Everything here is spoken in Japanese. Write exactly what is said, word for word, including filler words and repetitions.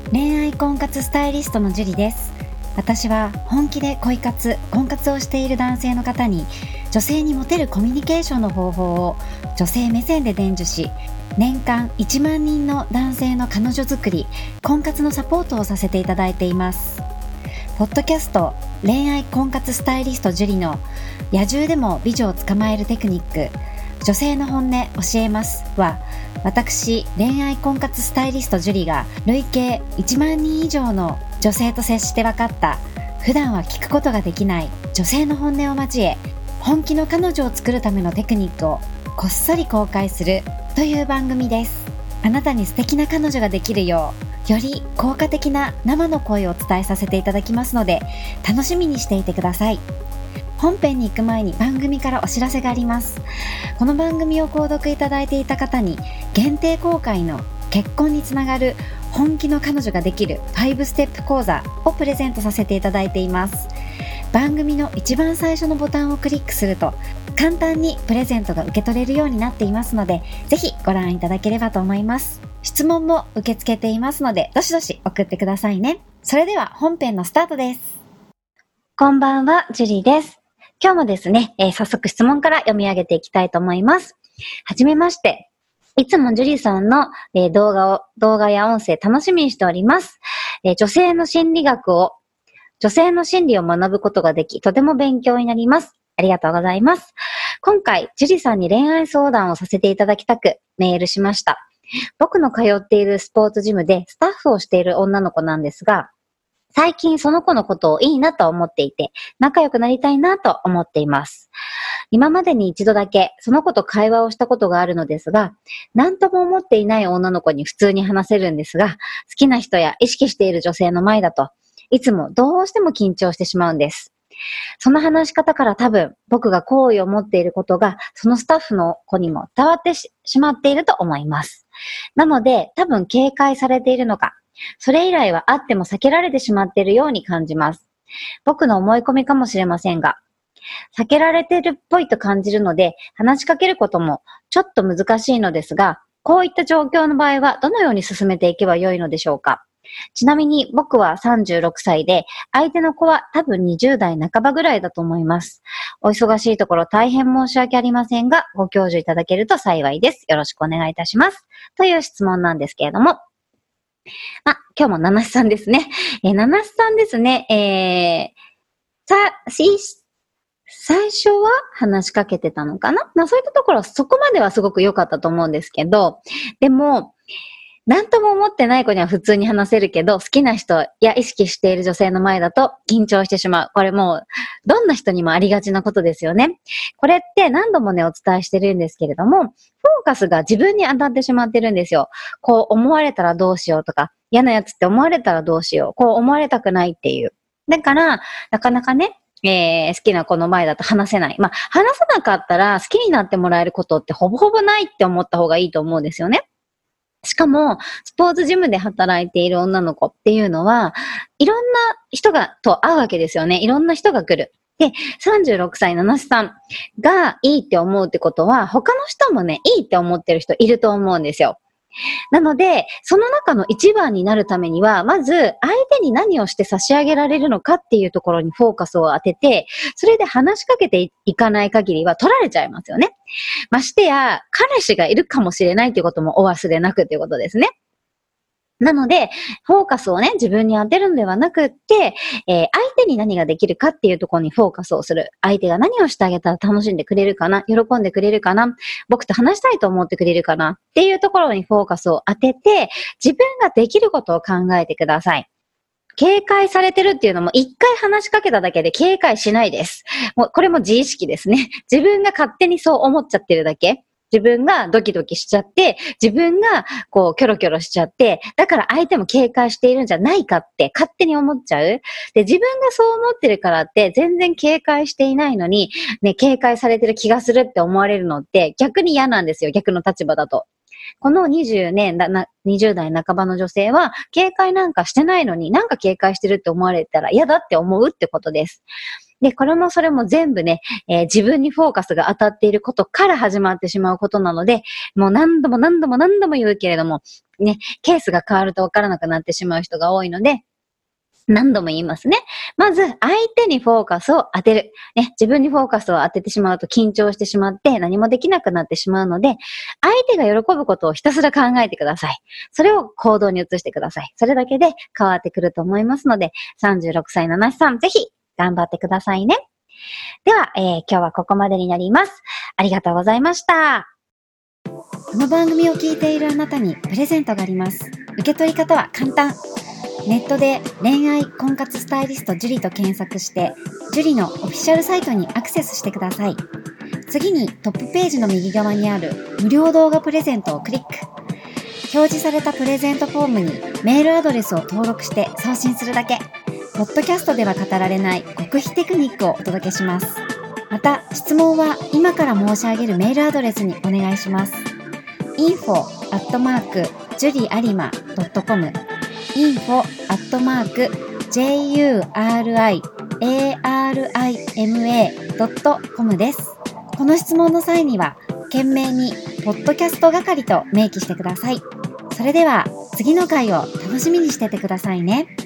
恋愛婚活スタイリストのジュリです。私は本気で恋活、婚活をしている男性の方に女性にモテるコミュニケーションの方法を女性目線で伝授し、年間いちまんにんの男性の彼女作り、婚活のサポートをさせていただいています。ポッドキャスト恋愛婚活スタイリストジュリの野獣でも美女を捕まえるテクニック、女性の本音教えますは、私恋愛婚活スタイリストジュリが累計いちまんにん以上の女性と接して分かった普段は聞くことができない女性の本音を交え、本気の彼女を作るためのテクニックをこっそり公開するという番組です。あなたに素敵な彼女ができるよう、より効果的な生の声をお伝えさせていただきますので、楽しみにしていてください。本編に行く前に番組からお知らせがあります。この番組を購読いただいていた方に限定公開の結婚につながる本気の彼女ができるごステップ講座をプレゼントさせていただいています。番組の一番最初のボタンをクリックすると簡単にプレゼントが受け取れるようになっていますので、ぜひご覧いただければと思います。質問も受け付けていますので、どしどし送ってくださいね。それでは本編のスタートです。こんばんは、ジュリーです。今日もですね、えー、早速質問から読み上げていきたいと思います。はじめまして。いつもジュリーさんの、えー、動画を、動画や音声楽しみにしております。えー、女性の心理学を、女性の心理を学ぶことができ、とても勉強になります。ありがとうございます。今回、ジュリーさんに恋愛相談をさせていただきたくメールしました。僕の通っているスポーツジムでスタッフをしている女の子なんですが、最近その子のことをいいなと思っていて、仲良くなりたいなと思っています。今までに一度だけその子と会話をしたことがあるのですが、何とも思っていない女の子に普通に話せるんですが、好きな人や意識している女性の前だと、いつもどうしても緊張してしまうんです。その話し方から多分僕が好意を持っていることがそのスタッフの子にも伝わって し, しまっていると思います。なので多分警戒されているのか、それ以来はあっても避けられてしまっているように感じます。僕の思い込みかもしれませんが、避けられているっぽいと感じるので話しかけることもちょっと難しいのですが、こういった状況の場合はどのように進めていけばよいのでしょうか。ちなみに僕はさんじゅうろくさいで、相手の子は多分にじゅうだいなかばぐらいだと思います。お忙しいところ大変申し訳ありませんが、ご教授いただけると幸いです。よろしくお願いいたします。という質問なんですけれども、あ、今日もナナシさんですね。えー、ナナシさんですね。えー、さ、し、最初は話しかけてたのかな？まあそういったところはそこまではすごく良かったと思うんですけど、でも、なんとも思ってない子には普通に話せるけど、好きな人や意識している女性の前だと緊張してしまう。これもう、どんな人にもありがちなことですよね。これって何度もね、お伝えしてるんですけれども、フォーカスが自分に当たってしまってるんですよ。こう思われたらどうしようとか、嫌なやつって思われたらどうしよう。こう思われたくないっていう。だから、なかなかね、えー、好きな子の前だと話せない。まあ、話さなかったら好きになってもらえることってほぼほぼないって思った方がいいと思うんですよね。しかも、スポーツジムで働いている女の子っていうのは、いろんな人が、と会うわけですよね。いろんな人が来る。で、さんじゅうろくさい、ナナシさんがいいって思うってことは、他の人もね、いいって思ってる人いると思うんですよ。なので、その中の一番になるためには、まず相手に何をして差し上げられるのかっていうところにフォーカスを当てて、それで話しかけていかない限りは取られちゃいますよね。ましてや、彼氏がいるかもしれないということもお忘れなくということですね。なので、フォーカスをね、自分に当てるのではなくって、えー、相手に何ができるかっていうところにフォーカスをする。相手が何をしてあげたら楽しんでくれるかな、喜んでくれるかな、僕と話したいと思ってくれるかなっていうところにフォーカスを当てて、自分ができることを考えてください。警戒されてるっていうのも一回話しかけただけで警戒しないです。もうこれも自意識ですね。自分が勝手にそう思っちゃってるだけ。自分がドキドキしちゃって、自分がこうキョロキョロしちゃって、だから相手も警戒しているんじゃないかって勝手に思っちゃう。で、自分がそう思ってるからって全然警戒していないのに、ね、警戒されてる気がするって思われるのって逆に嫌なんですよ。逆の立場だと。このにじゅうねんだな、にじゅうだいなかばの女性は警戒なんかしてないのになんか警戒してるって思われたら嫌だって思うってことです。 で、これもそれも全部ね、えー、自分にフォーカスが当たっていることから始まってしまうことなので、もう何度も何度も何度も言うけれども、ね、ケースが変わると分からなくなってしまう人が多いので、何度も言いますね。まず、相手にフォーカスを当てる。ね、自分にフォーカスを当ててしまうと緊張してしまって何もできなくなってしまうので、相手が喜ぶことをひたすら考えてください。それを行動に移してください。それだけで変わってくると思いますので、さんじゅうろくさいのなしさん、ぜひ頑張ってくださいね。では、えー、今日はここまでになります。ありがとうございました。 この番組を聞いているあなたにプレゼントがあります。受け取り方は簡単。ネットで恋愛婚活スタイリスト樹と検索して、樹のオフィシャルサイトにアクセスしてください。次にトップページの右側にある無料動画プレゼントをクリック。表示されたプレゼントフォームにメールアドレスを登録して送信するだけ。ポッドキャストでは語られない極秘テクニックをお届けします。また、質問は今から申し上げるメールアドレスにお願いします。インフォ アットマーク ジュリアリマ ドットコム インフォ アットマーク ジェイユーアールアイエーアールアイエムエー ドットコム です。この質問の際には、懸命にポッドキャスト係と明記してください。それでは次の回を楽しみにしててくださいね。